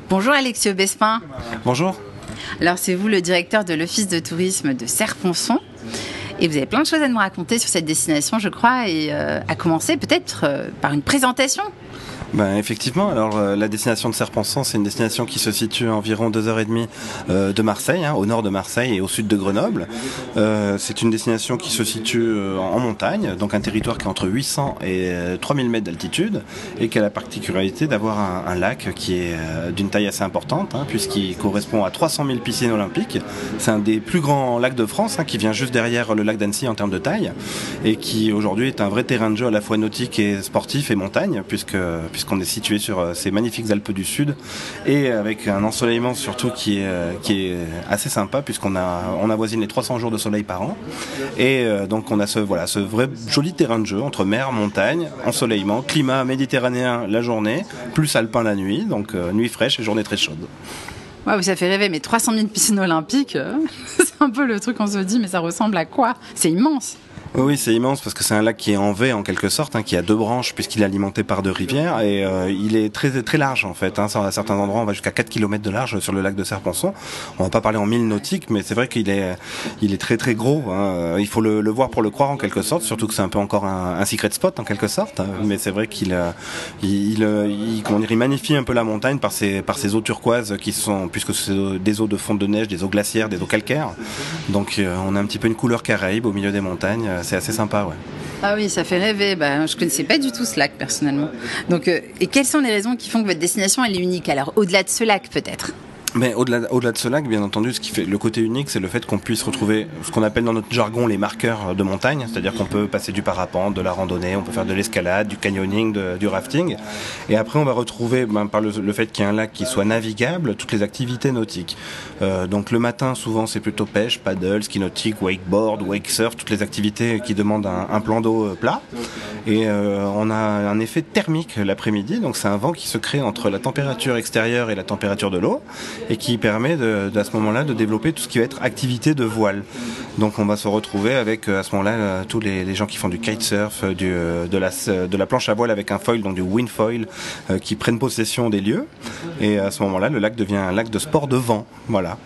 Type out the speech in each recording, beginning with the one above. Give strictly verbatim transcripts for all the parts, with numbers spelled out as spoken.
Bonjour Alexio Bespin. Bonjour. Alors c'est vous le directeur de l'office de tourisme de Serre-Ponçon et vous avez plein de choses à nous raconter sur cette destination je crois et euh, à commencer peut-être euh, par une présentation. Ben, effectivement, alors euh, la destination de Serre-Ponçon, c'est une destination qui se situe à environ deux heures trente euh, de Marseille, hein, au nord de Marseille et au sud de Grenoble. Euh, c'est une destination qui se situe euh, en montagne, donc un territoire qui est entre huit cents et euh, trois mille mètres d'altitude et qui a la particularité d'avoir un, un lac qui est euh, d'une taille assez importante, hein, puisqu'il correspond à trois cent mille piscines olympiques. C'est un des plus grands lacs de France, hein, qui vient juste derrière le lac d'Annecy en termes de taille et qui aujourd'hui est un vrai terrain de jeu à la fois nautique et sportif et montagne, puisque puisqu'on est situé sur ces magnifiques Alpes du Sud et avec un ensoleillement surtout qui est, qui est assez sympa puisqu'on a, on avoisine les trois cents jours de soleil par an et donc on a ce, voilà, ce vrai joli terrain de jeu entre mer, montagne, ensoleillement, climat méditerranéen la journée, plus alpin la nuit, donc euh, nuit fraîche et journée très chaude. Ouais, ça fait rêver, mais trois cent mille piscines olympiques, euh, c'est un peu le truc qu'on se dit, mais ça ressemble à quoi? C'est immense. Oui, c'est immense parce que c'est un lac qui est en V en quelque sorte, hein, qui a deux branches puisqu'il est alimenté par deux rivières et euh, il est très très large en fait. Hein, à certains endroits, on va jusqu'à quatre kilomètres de large sur le lac de Serre-Ponçon. On va pas parler en milles nautiques, mais c'est vrai qu'il est il est très très gros. Hein. Il faut le, le voir pour le croire en quelque sorte, surtout que c'est un peu encore un, un secret spot en quelque sorte. Hein. Mais c'est vrai qu'il il, il, il, comment dire, il magnifie un peu la montagne par ses par ses eaux turquoises qui sont, puisque c'est des eaux de fonte de neige, des eaux glaciaires, des eaux calcaires. Donc euh, on a un petit peu une couleur caraïbe au milieu des montagnes. C'est assez sympa, ouais. Ah oui, ça fait rêver. Bah, je ne connaissais pas du tout ce lac, personnellement. Donc, euh, et quelles sont les raisons qui font que votre destination elle est unique? Alors, au-delà de ce lac, peut-être? Mais au-delà, au-delà de ce lac, bien entendu, ce qui fait le côté unique, c'est le fait qu'on puisse retrouver ce qu'on appelle dans notre jargon les marqueurs de montagne, c'est-à-dire qu'on peut passer du parapente, de la randonnée, on peut faire de l'escalade, du canyoning, de, du rafting, et après on va retrouver, ben, par le, le fait qu'il y ait un lac qui soit navigable, toutes les activités nautiques. Euh, donc le matin, souvent, c'est plutôt pêche, paddle, ski nautique, wakeboard, wake surf, toutes les activités qui demandent un, un plan d'eau plat. Et euh, on a un effet thermique l'après-midi, donc c'est un vent qui se crée entre la température extérieure et la température de l'eau, et qui permet de, de, à ce moment-là de développer tout ce qui va être activité de voile. Donc on va se retrouver avec à ce moment-là tous les, les gens qui font du kitesurf, du, de, la, de la planche à voile avec un foil, donc du wind foil, euh, qui prennent possession des lieux. Et à ce moment-là, le lac devient un lac de sport de vent. Voilà.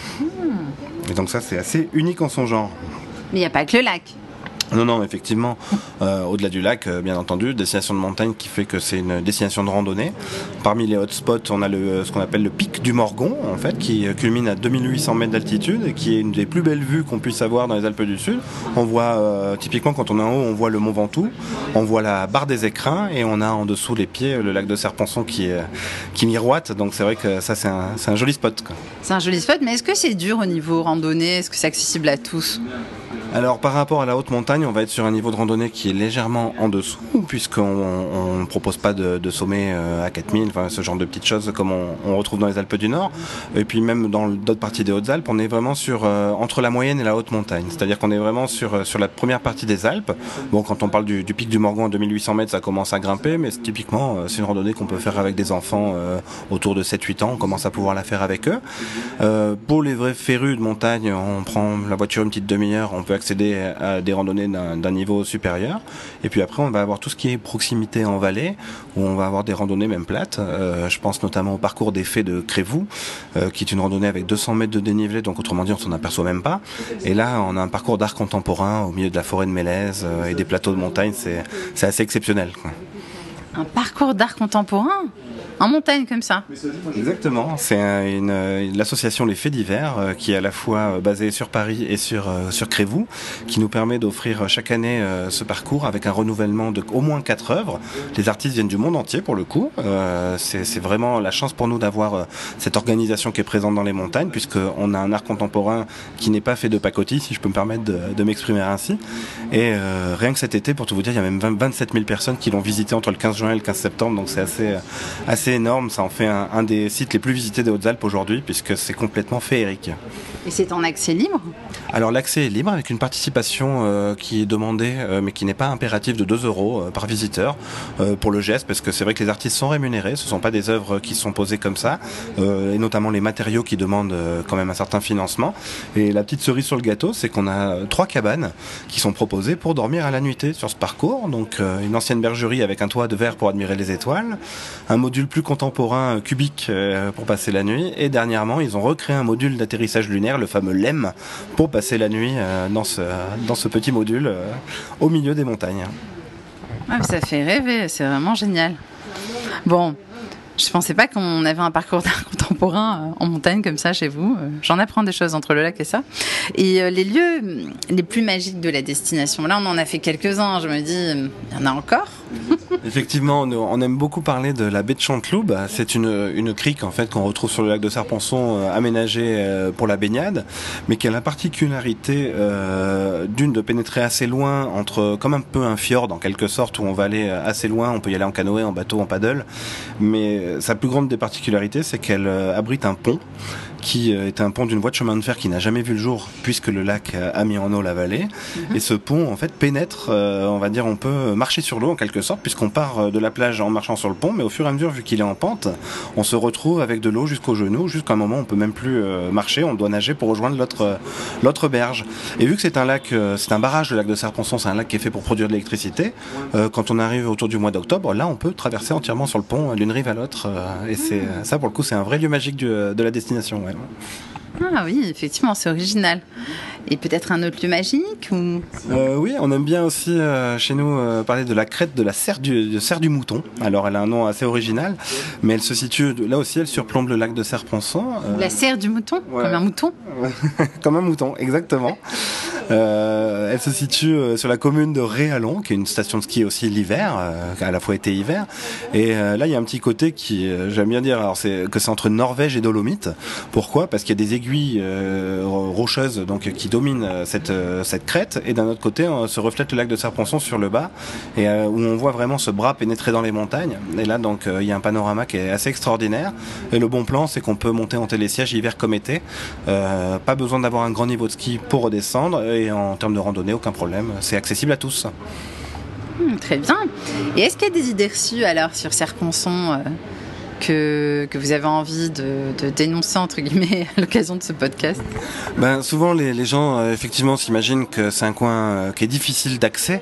Et donc ça, c'est assez unique en son genre. Mais il n'y a pas que le lac. Non, non, effectivement, euh, au-delà du lac, euh, bien entendu, destination de montagne qui fait que c'est une destination de randonnée. Parmi les hotspots, on a le, ce qu'on appelle le pic du Morgon, en fait, qui culmine à deux mille huit cents mètres d'altitude et qui est une des plus belles vues qu'on puisse avoir dans les Alpes du Sud. On voit, euh, typiquement, quand on est en haut, on voit le Mont Ventoux, on voit la barre des Écrins et on a en dessous les pieds le lac de Serre-Ponçon qui, euh, qui miroite. Donc c'est vrai que ça, c'est un, c'est un joli spot, quoi. C'est un joli spot, mais est-ce que c'est dur au niveau randonnée? Est-ce que c'est accessible à tous? Alors par rapport à la haute montagne, on va être sur un niveau de randonnée qui est légèrement en dessous, puisqu'on ne propose pas de, de sommet à quatre mille, enfin, ce genre de petites choses comme on, on retrouve dans les Alpes du Nord. Et puis même dans d'autres parties des Hautes-Alpes, on est vraiment sur, euh, entre la moyenne et la haute montagne. C'est-à-dire qu'on est vraiment sur, sur la première partie des Alpes. Bon, quand on parle du, du pic du Morgon à deux mille huit cents mètres, ça commence à grimper, mais c'est typiquement, c'est une randonnée qu'on peut faire avec des enfants euh, autour de sept huit ans. On commence à pouvoir la faire avec eux. Euh, pour les vrais férus de montagne, on prend la voiture une petite demi-heure, on peut accéder à des randonnées d'un, d'un niveau supérieur. Et puis après, on va avoir tout ce qui est proximité en vallée, où on va avoir des randonnées même plates. Euh, je pense notamment au parcours des Fées de Crévoux, euh, qui est une randonnée avec deux cents mètres de dénivelé, donc autrement dit, on s'en aperçoit même pas. Et là, on a un parcours d'art contemporain au milieu de la forêt de Mélèze euh, et des plateaux de montagne. C'est, c'est assez exceptionnel, quoi. Un parcours d'art contemporain en montagne comme ça? Exactement, c'est une, une, l'association Les Faits d'Hiver euh, qui est à la fois basée sur Paris et sur, euh, sur Crévoux, qui nous permet d'offrir chaque année euh, ce parcours avec un renouvellement de au moins quatre œuvres. Les artistes viennent du monde entier pour le coup, euh, c'est, c'est vraiment la chance pour nous d'avoir euh, cette organisation qui est présente dans les montagnes, puisqu'on a un art contemporain qui n'est pas fait de pacotille, si je peux me permettre de, de m'exprimer ainsi. Et euh, rien que cet été, pour tout vous dire, il y a même vingt-sept mille personnes qui l'ont visité entre le quinze juin et le quinze septembre, donc c'est assez, assez énorme, ça en fait un, un des sites les plus visités des Hautes-Alpes aujourd'hui puisque c'est complètement féerique. Et c'est en accès libre? Alors l'accès est libre avec une participation euh, qui est demandée euh, mais qui n'est pas impérative de deux euros euh, par visiteur euh, pour le geste, parce que c'est vrai que les artistes sont rémunérés, ce ne sont pas des œuvres qui sont posées comme ça, euh, et notamment les matériaux qui demandent euh, quand même un certain financement. Et la petite cerise sur le gâteau, c'est qu'on a trois cabanes qui sont proposées pour dormir à la nuitée sur ce parcours, donc euh, une ancienne bergerie avec un toit de verre pour admirer les étoiles, un module plus contemporain cubique euh, pour passer la nuit. Et dernièrement, ils ont recréé un module d'atterrissage lunaire, le fameux L E M, pour passer la nuit euh, dans, ce, dans ce petit module euh, au milieu des montagnes. Ah, ça fait rêver, c'est vraiment génial. Bon, je pensais pas qu'on avait un parcours d'art contemporain en montagne comme ça chez vous. J'en apprends des choses entre le lac et ça. Et euh, les lieux les plus magiques de la destination, là on en a fait quelques-uns, je me dis, il y en a encore. Effectivement, on aime beaucoup parler de la baie de Chanteloube. C'est une, une crique en fait qu'on retrouve sur le lac de Serponçon, euh, aménagée euh, pour la baignade, mais qui a la particularité euh, d'une de pénétrer assez loin, entre comme un peu un fjord en quelque sorte, où on va aller assez loin. On peut y aller en canoë, en bateau, en paddle, mais sa plus grande des particularités, c'est qu'elle euh, abrite un pont qui est un pont d'une voie de chemin de fer qui n'a jamais vu le jour puisque le lac a mis en eau la vallée. Mmh. Et ce pont, en fait, pénètre, euh, on va dire, on peut marcher sur l'eau en quelque sorte, puisqu'on part de la plage en marchant sur le pont, mais au fur et à mesure, vu qu'il est en pente, on se retrouve avec de l'eau jusqu'aux genoux, jusqu'à un moment où on peut même plus euh, marcher, on doit nager pour rejoindre l'autre euh, l'autre berge. Et vu que c'est un lac, euh, c'est un barrage, le lac de Serponçon, c'est un lac qui est fait pour produire de l'électricité, euh, quand on arrive autour du mois d'octobre, là, on peut traverser entièrement sur le pont d'une rive à l'autre, euh, et c'est ça, pour le coup, c'est un vrai lieu magique du, de la destination. Ouais. Ah oui, effectivement, c'est original. Et peut-être un autre lieu magique ou... euh, Oui, on aime bien aussi euh, chez nous euh, parler de la crête de la serre du, de serre du Mouton. Alors elle a un nom assez original, mais elle se situe, là aussi elle surplombe le lac de Serponçon. Euh... La serre du Mouton, ouais. Comme un mouton. Comme un mouton, exactement. Euh, elle se situe euh, sur la commune de Réalon, qui est une station de ski aussi l'hiver, euh, à la fois été et hiver. Et euh, là, il y a un petit côté qui, euh, j'aime bien dire, alors c'est que c'est entre Norvège et Dolomites. Pourquoi ? Parce qu'il y a des aiguilles euh, rocheuses donc qui dominent cette euh, cette crête, et d'un autre côté, on se reflète le lac de Serponçon sur le bas, et euh, où on voit vraiment ce bras pénétrer dans les montagnes. Et là, donc, euh, il y a un panorama qui est assez extraordinaire. Et le bon plan, c'est qu'on peut monter en télésiège hiver comme été. Euh, pas besoin d'avoir un grand niveau de ski pour redescendre. Et en termes de randonnée, aucun problème. C'est accessible à tous. Mmh, très bien. Et est-ce qu'il y a des idées reçues alors sur Serponçon euh, que, que vous avez envie de, de dénoncer entre guillemets à l'occasion de ce podcast ? Ben, souvent les, les gens euh, effectivement s'imaginent que c'est un coin euh, qui est difficile d'accès,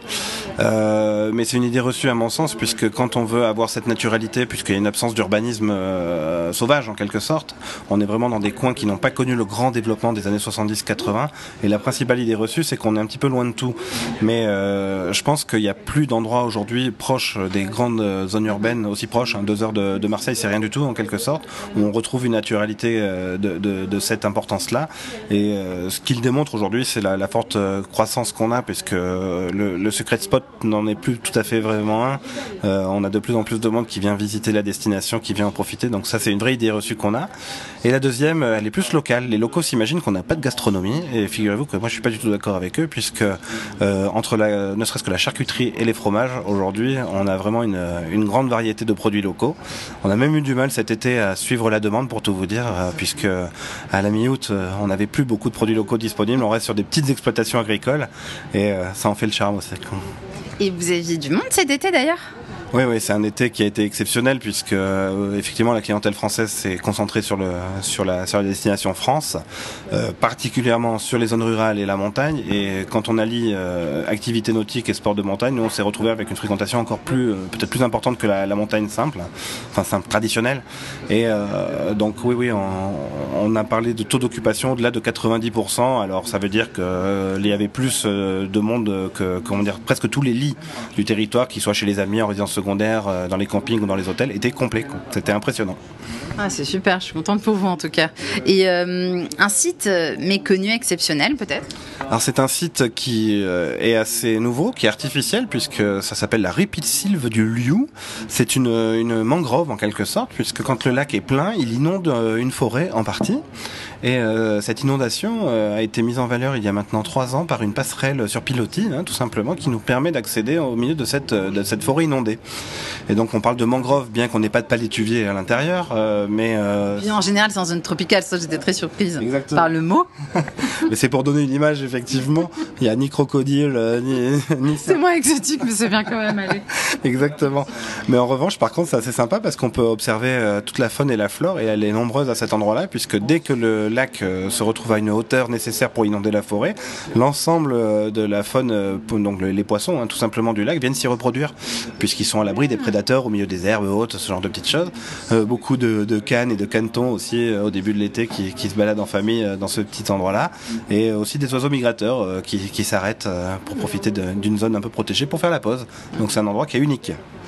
euh, mais c'est une idée reçue à mon sens, puisque quand on veut avoir cette naturalité, puisqu'il y a une absence d'urbanisme euh, sauvage en quelque sorte, on est vraiment dans des coins qui n'ont pas connu le grand développement des années soixante-dix quatre-vingts, et la principale idée reçue, c'est qu'on est un petit peu loin de tout. Mais euh, je pense qu'il n'y a plus d'endroits aujourd'hui proches des grandes zones urbaines, aussi proches, hein, deux heures de, de Marseille, c'est rien du tout en quelque sorte, où on retrouve une naturalité euh, de, de, de cette importance-là. Et euh, ce qu'il démontre aujourd'hui, c'est la, la forte euh, croissance qu'on a, puisque euh, le, le secret spot n'en est plus tout à fait vraiment un. Euh, on a de plus en plus de monde qui vient visiter la destination, qui vient en profiter. Donc ça, c'est une vraie idée reçue qu'on a. Et la deuxième, elle est plus locale. Les locaux s'imaginent qu'on n'a pas de gastronomie. Et figurez-vous que moi, je suis pas du tout d'accord avec eux, puisque euh, entre la, ne serait-ce que la charcuterie et les fromages, aujourd'hui, on a vraiment une, une grande variété de produits locaux. On a même eu du mal cet été à suivre la demande, pour tout vous dire, euh, puisque à la mi-août, euh, on n'avait plus beaucoup de produits locaux disponibles. On reste sur des petites exploitations agricoles, et euh, ça en fait le charme aussi. Et vous aviez du monde cet été d'ailleurs ? Oui, oui, c'est un été qui a été exceptionnel, puisque euh, effectivement la clientèle française s'est concentrée sur le sur la sur la destination France, euh, particulièrement sur les zones rurales et la montagne. Et quand on allie euh, activité nautique et sport de montagne, nous on s'est retrouvé avec une fréquentation encore plus euh, peut-être plus importante que la, la montagne simple, enfin simple traditionnelle. Et euh, donc oui, oui, on, on a parlé de taux d'occupation au-delà de quatre-vingt-dix pour cent. Alors ça veut dire que euh, il y avait plus euh, de monde que comment dire presque tous les lits du territoire, qui soient chez les amis en résidence secondaire, dans les campings ou dans les hôtels, était complet. C'était impressionnant. Ah, c'est super, je suis contente pour vous en tout cas. Et euh, un site méconnu, exceptionnel peut-être ? Alors c'est un site qui euh, est assez nouveau, qui est artificiel, puisque ça s'appelle la Ripisylve du Liou. C'est une, une mangrove en quelque sorte, puisque quand le lac est plein, il inonde une forêt en partie. Et euh, cette inondation euh, a été mise en valeur il y a maintenant trois ans par une passerelle sur pilotis, hein, tout simplement, qui nous permet d'accéder au milieu de cette, de cette forêt inondée. Et donc on parle de mangrove, bien qu'on n'ait pas de palétuvier à l'intérieur, euh, mais... Euh... Puis en général, c'est dans une tropicale, ça j'étais très surprise. Exactement. Par le mot. Mais c'est pour donner une image, effectivement. Il n'y a ni crocodile, euh, ni... ni... C'est moins exotique, mais c'est bien quand même, allez. Exactement. Mais en revanche, par contre, c'est assez sympa, parce qu'on peut observer euh, toute la faune et la flore, et elle est nombreuse à cet endroit-là, puisque dès que le lac euh, se retrouve à une hauteur nécessaire pour inonder la forêt, l'ensemble euh, de la faune, euh, donc les poissons hein, tout simplement du lac, viennent s'y reproduire, puisqu'ils sont à l'abri des prédateurs au milieu des herbes hautes, ce genre de petites choses. Euh, beaucoup de, de cannes et de canetons aussi euh, au début de l'été qui, qui se baladent en famille euh, dans ce petit endroit-là, et aussi des oiseaux migrateurs euh, qui, qui s'arrêtent euh, pour profiter de, d'une zone un peu protégée pour faire la pause. Donc c'est un endroit qui est unique.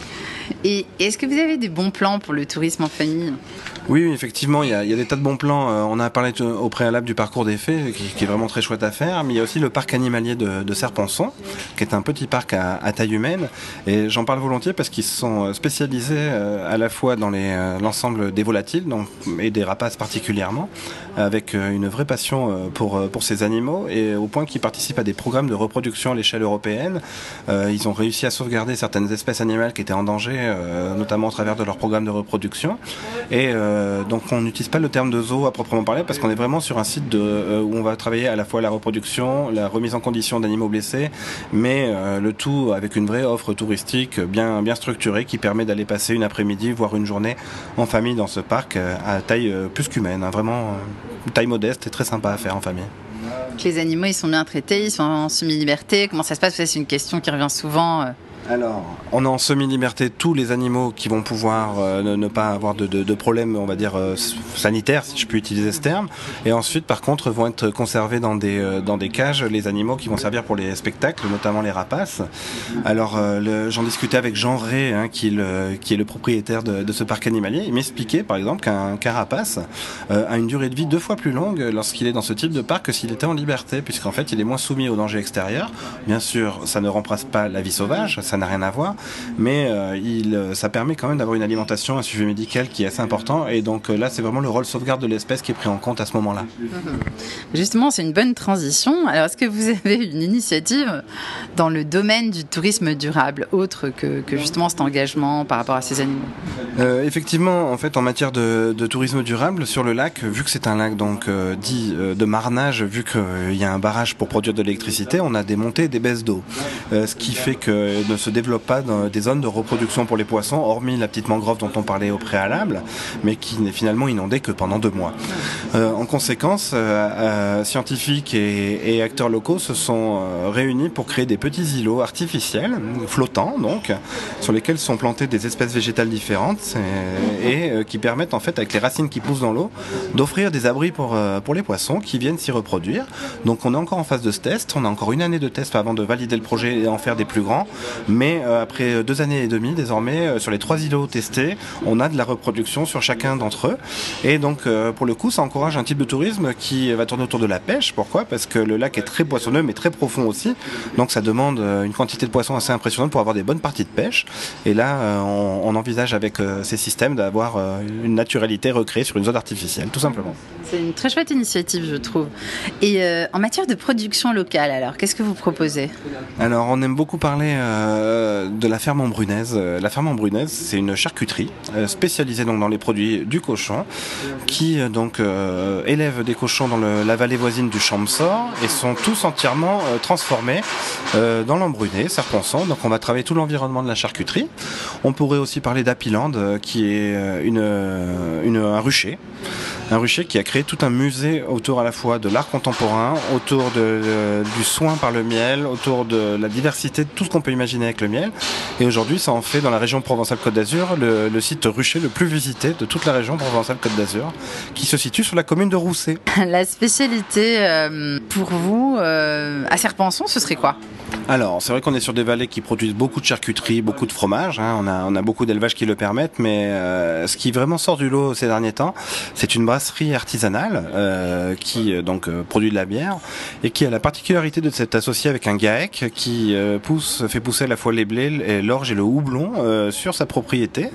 Et est-ce que vous avez des bons plans pour le tourisme en famille ? Oui, oui, effectivement, il y, a, il y a des tas de bons plans. Euh, on a parlé t- au préalable du parcours des fées, qui, qui est vraiment très chouette à faire, mais il y a aussi le parc animalier de, de Serponçon, qui est un petit parc à, à taille humaine. Et j'en parle volontiers parce qu'ils sont spécialisés euh, à la fois dans les, euh, l'ensemble des volatiles donc, et des rapaces particulièrement, avec euh, une vraie passion euh, pour, pour ces animaux, et au point qu'ils participent à des programmes de reproduction à l'échelle européenne. Euh, ils ont réussi à sauvegarder certaines espèces animales qui étaient en danger, euh, notamment au travers de leur programme de reproduction. Et euh, Euh, donc on n'utilise pas le terme de zoo à proprement parler parce qu'on est vraiment sur un site de, euh, où on va travailler à la fois la reproduction, la remise en condition d'animaux blessés, mais euh, le tout avec une vraie offre touristique bien, bien structurée qui permet d'aller passer une après-midi, voire une journée en famille dans ce parc euh, à taille euh, plus qu'humaine, hein, vraiment euh, taille modeste et très sympa à faire en famille. Les animaux, ils sont bien traités, ils sont en semi-liberté, comment ça se passe ? C'est une question qui revient souvent. Euh... Alors, on a en semi-liberté tous les animaux qui vont pouvoir euh, ne, ne pas avoir de, de, de problème, on va dire, euh, sanitaire, si je peux utiliser ce terme. Et ensuite, par contre, vont être conservés dans des, euh, dans des cages les animaux qui vont servir pour les spectacles, notamment les rapaces. Alors, euh, le, j'en discutais avec Jean Rey, hein, qui, est le, qui est le propriétaire de, de ce parc animalier. Il m'expliquait, par exemple, qu'un carapace euh, a une durée de vie deux fois plus longue lorsqu'il est dans ce type de parc que s'il était en liberté, puisqu'en fait, il est moins soumis aux dangers extérieurs. Bien sûr, ça ne remplace pas la vie sauvage, ça n'a rien à voir, mais euh, il, ça permet quand même d'avoir une alimentation, un suivi médical qui est assez important, et donc euh, là c'est vraiment le rôle sauvegarde de l'espèce qui est pris en compte à ce moment-là. Justement, c'est une bonne transition. Alors, est-ce que vous avez une initiative dans le domaine du tourisme durable, autre que, que justement cet engagement par rapport à ces animaux ? euh, Effectivement, en fait, en matière de, de tourisme durable, sur le lac, vu que c'est un lac donc euh, dit euh, de marnage, vu qu'il euh, y a un barrage pour produire de l'électricité, on a des montées et des baisses d'eau, euh, ce qui fait que ne se développe pas dans des zones de reproduction pour les poissons, hormis la petite mangrove dont on parlait au préalable, mais qui n'est finalement inondée que pendant deux mois. Euh, en conséquence, euh, euh, scientifiques et, et acteurs locaux se sont euh, réunis pour créer des petits îlots artificiels, flottants donc, sur lesquels sont plantées des espèces végétales différentes et, et euh, qui permettent en fait, avec les racines qui poussent dans l'eau, d'offrir des abris pour, euh, pour les poissons qui viennent s'y reproduire. Donc on est encore en phase de test, on a encore une année de test avant de valider le projet et en faire des plus grands, mais euh, après deux années et demie, désormais, euh, sur les trois îlots testés, on a de la reproduction sur chacun d'entre eux. Et donc, euh, pour le coup, ça encourage un type de tourisme qui va tourner autour de la pêche. Pourquoi ? Parce que le lac est très poissonneux, mais très profond aussi. Donc, ça demande euh, une quantité de poissons assez impressionnante pour avoir des bonnes parties de pêche. Et là, euh, on, on envisage avec euh, ces systèmes d'avoir euh, une naturalité recréée sur une zone artificielle, tout simplement. C'est une très chouette initiative, je trouve. Et euh, en matière de production locale, alors, qu'est-ce que vous proposez ? Alors, on aime beaucoup parler euh, de la ferme Ambrunaise. La ferme Ambrunaise, c'est une charcuterie euh, spécialisée donc dans les produits du cochon, qui euh, donc euh, élève des cochons dans le, la vallée voisine du Champsort et sont tous entièrement euh, transformés euh, dans l'Embrunais, Serponçon. Donc, on va travailler tout l'environnement de la charcuterie. On pourrait aussi parler d'Apiland, euh, qui est une, une, un rucher. Un rucher qui a créé tout un musée autour à la fois de l'art contemporain, autour de, de, du soin par le miel, autour de la diversité de tout ce qu'on peut imaginer avec le miel. Et aujourd'hui, ça en fait dans la région Provence-Alpes-Côte d'Azur le, le site rucher le plus visité de toute la région Provence-Alpes-Côte d'Azur, qui se situe sur la commune de Rousset. La spécialité euh, pour vous euh, à Serponçon, ce serait quoi ? Alors, c'est vrai qu'on est sur des vallées qui produisent beaucoup de charcuterie, beaucoup de fromage, hein. on, a, on a beaucoup d'élevages qui le permettent, mais euh, ce qui vraiment sort du lot ces derniers temps, c'est une brasserie artisanale euh, qui euh, donc euh, produit de la bière et qui a la particularité de s'être associée avec un GAEC qui euh, pousse, fait pousser à la fois les blés, l'orge et le houblon euh, sur sa propriété.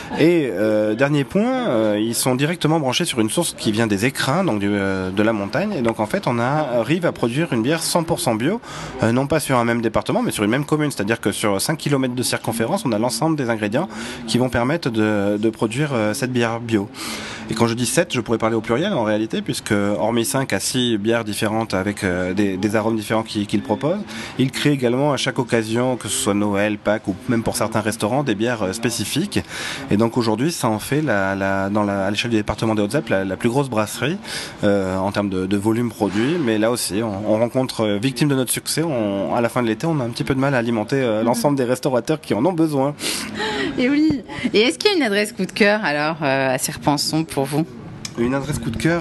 Et euh, dernier point, euh, ils sont directement branchés sur une source qui vient des écrins, donc du, euh, de la montagne, et donc en fait on a, arrive à produire une bière cent pour cent bio, euh, non pas sur un même département, mais sur une même commune, c'est-à-dire que sur cinq kilomètres de circonférence, on a l'ensemble des ingrédients qui vont permettre de, de produire euh, cette bière bio. Et quand je dis sept, je pourrais parler au pluriel en réalité, puisque hormis cinq à six bières différentes avec euh, des, des arômes différents qu'ils qu'il proposent, il crée également à chaque occasion, que ce soit Noël, Pâques ou même pour certains restaurants, des bières euh, spécifiques. Et donc aujourd'hui, ça en fait la, la, dans la, à l'échelle du département des Hautes-Alpes la, la plus grosse brasserie brasserie euh, en termes de, de volume produit, mais là aussi, on, on rencontre, euh, victime de notre succès, on, à la fin de l'été, on a un petit peu de mal à alimenter euh, l'ensemble des restaurateurs qui en ont besoin. Et oui. Et est-ce qu'il y a une adresse coup de cœur alors euh, à Serre-Panson pour vous ? Une adresse coup de cœur,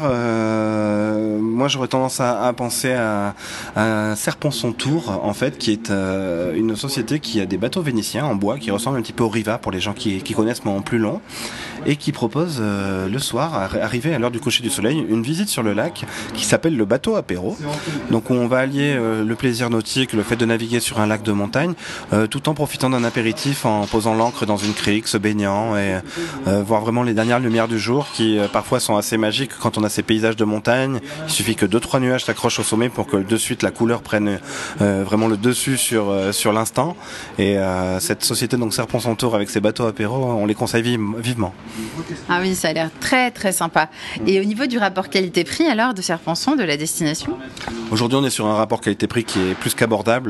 euh, moi j'aurais tendance à, à penser à, à Serre-Panson Tour, en fait, qui est euh, une société qui a des bateaux vénitiens en bois, qui ressemblent un petit peu au Riva pour les gens qui, qui connaissent, mais en plus long, et qui propose euh, le soir, arrivé à l'heure du coucher du soleil, une visite sur le lac qui s'appelle le bateau apéro. Donc on va allier euh, le plaisir nautique, le fait de naviguer sur un lac de montagne, euh, tout en profitant d'un apéritif, en posant l'ancre dans une crique, se baignant et euh, voir vraiment les dernières lumières du jour qui euh, parfois sont assez magique quand on a ces paysages de montagne. Il suffit que deux trois nuages s'accrochent au sommet pour que de suite la couleur prenne euh, vraiment le dessus sur euh, sur l'instant. Et euh, cette société donc Serre-Panson Tour avec ses bateaux apéro, on les conseille vivement. Ah oui, ça a l'air très très sympa. Et au niveau du rapport qualité-prix alors de Serre-Panson, de la destination ? Aujourd'hui, on est sur un rapport qualité-prix qui est plus qu'abordable.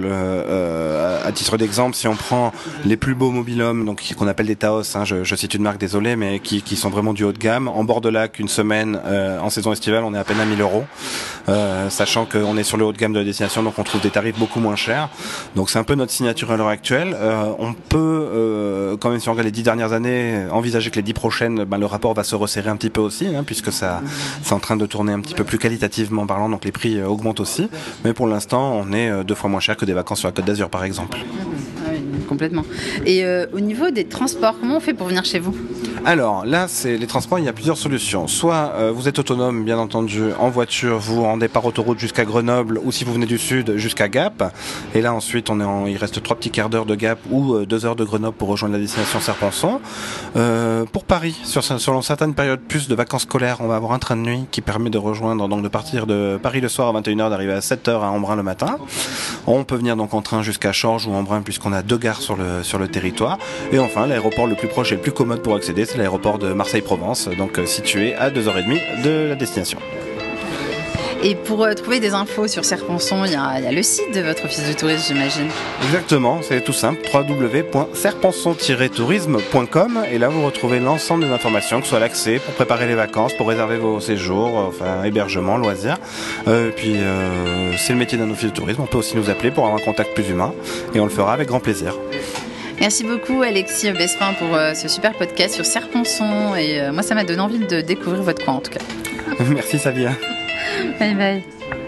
Euh, à, à titre d'exemple, si on prend les plus beaux mobil-hommes, donc qu'on appelle des Taos, hein, je, je cite une marque, désolé, mais qui, qui sont vraiment du haut de gamme, en bord de lac, une semaine euh, en saison estivale, on est à peine à mille euros, euh, sachant qu'on est sur le haut de gamme de la destination, donc on trouve des tarifs beaucoup moins chers. Donc c'est un peu notre signature à l'heure actuelle. Euh, on peut, euh, quand même, si on regarde les dix dernières années, envisager que les dix prochaines, ben, le rapport va se resserrer un petit peu aussi, hein, puisque ça, c'est en train de tourner un petit peu plus qualitativement parlant, donc les prix euh, augmentent aussi. Mais pour l'instant, on est euh, deux fois moins cher que des vacances sur la Côte d'Azur, par exemple. Ah oui, complètement. Et euh, au niveau des transports, comment on fait pour venir chez vous ? Alors là, c'est les transports, il y a plusieurs solutions. Soit euh, vous êtes autonome, bien entendu, en voiture, vous en départ autoroute jusqu'à Grenoble, ou si vous venez du sud, jusqu'à Gap. Et là ensuite, on est en, il reste trois petits quarts d'heure de Gap ou euh, deux heures de Grenoble pour rejoindre la destination Serre-Panson. Euh, pour Paris, sur, selon certaines périodes plus de vacances scolaires, on va avoir un train de nuit qui permet de rejoindre, donc de partir de Paris le soir à vingt et une heures, d'arriver à sept heures à Embrun le matin. On peut venir donc en train jusqu'à Chorges ou Embrun, puisqu'on a deux gares sur le, sur le territoire. Et enfin, l'aéroport le plus proche et le plus commode pour accéder, c'est l'aéroport de Marseille-Provence, donc euh, situé à deux heures trente de la destination. Et pour euh, trouver des infos sur Serre-Panson, il y, y a le site de votre office de tourisme, j'imagine. Exactement, c'est tout simple, w w w point serre-panson tiret tourisme point com, et là vous retrouvez l'ensemble des informations, que ce soit l'accès pour préparer les vacances, pour réserver vos séjours, enfin hébergement, loisirs. Euh, puis euh, c'est le métier d'un office de tourisme, on peut aussi nous appeler pour avoir un contact plus humain, et on le fera avec grand plaisir. Merci beaucoup Alexis Bespin pour euh, ce super podcast sur Serre-Panson, et euh, moi ça m'a donné envie de découvrir votre coin en tout cas. Merci Savia. Bye bye.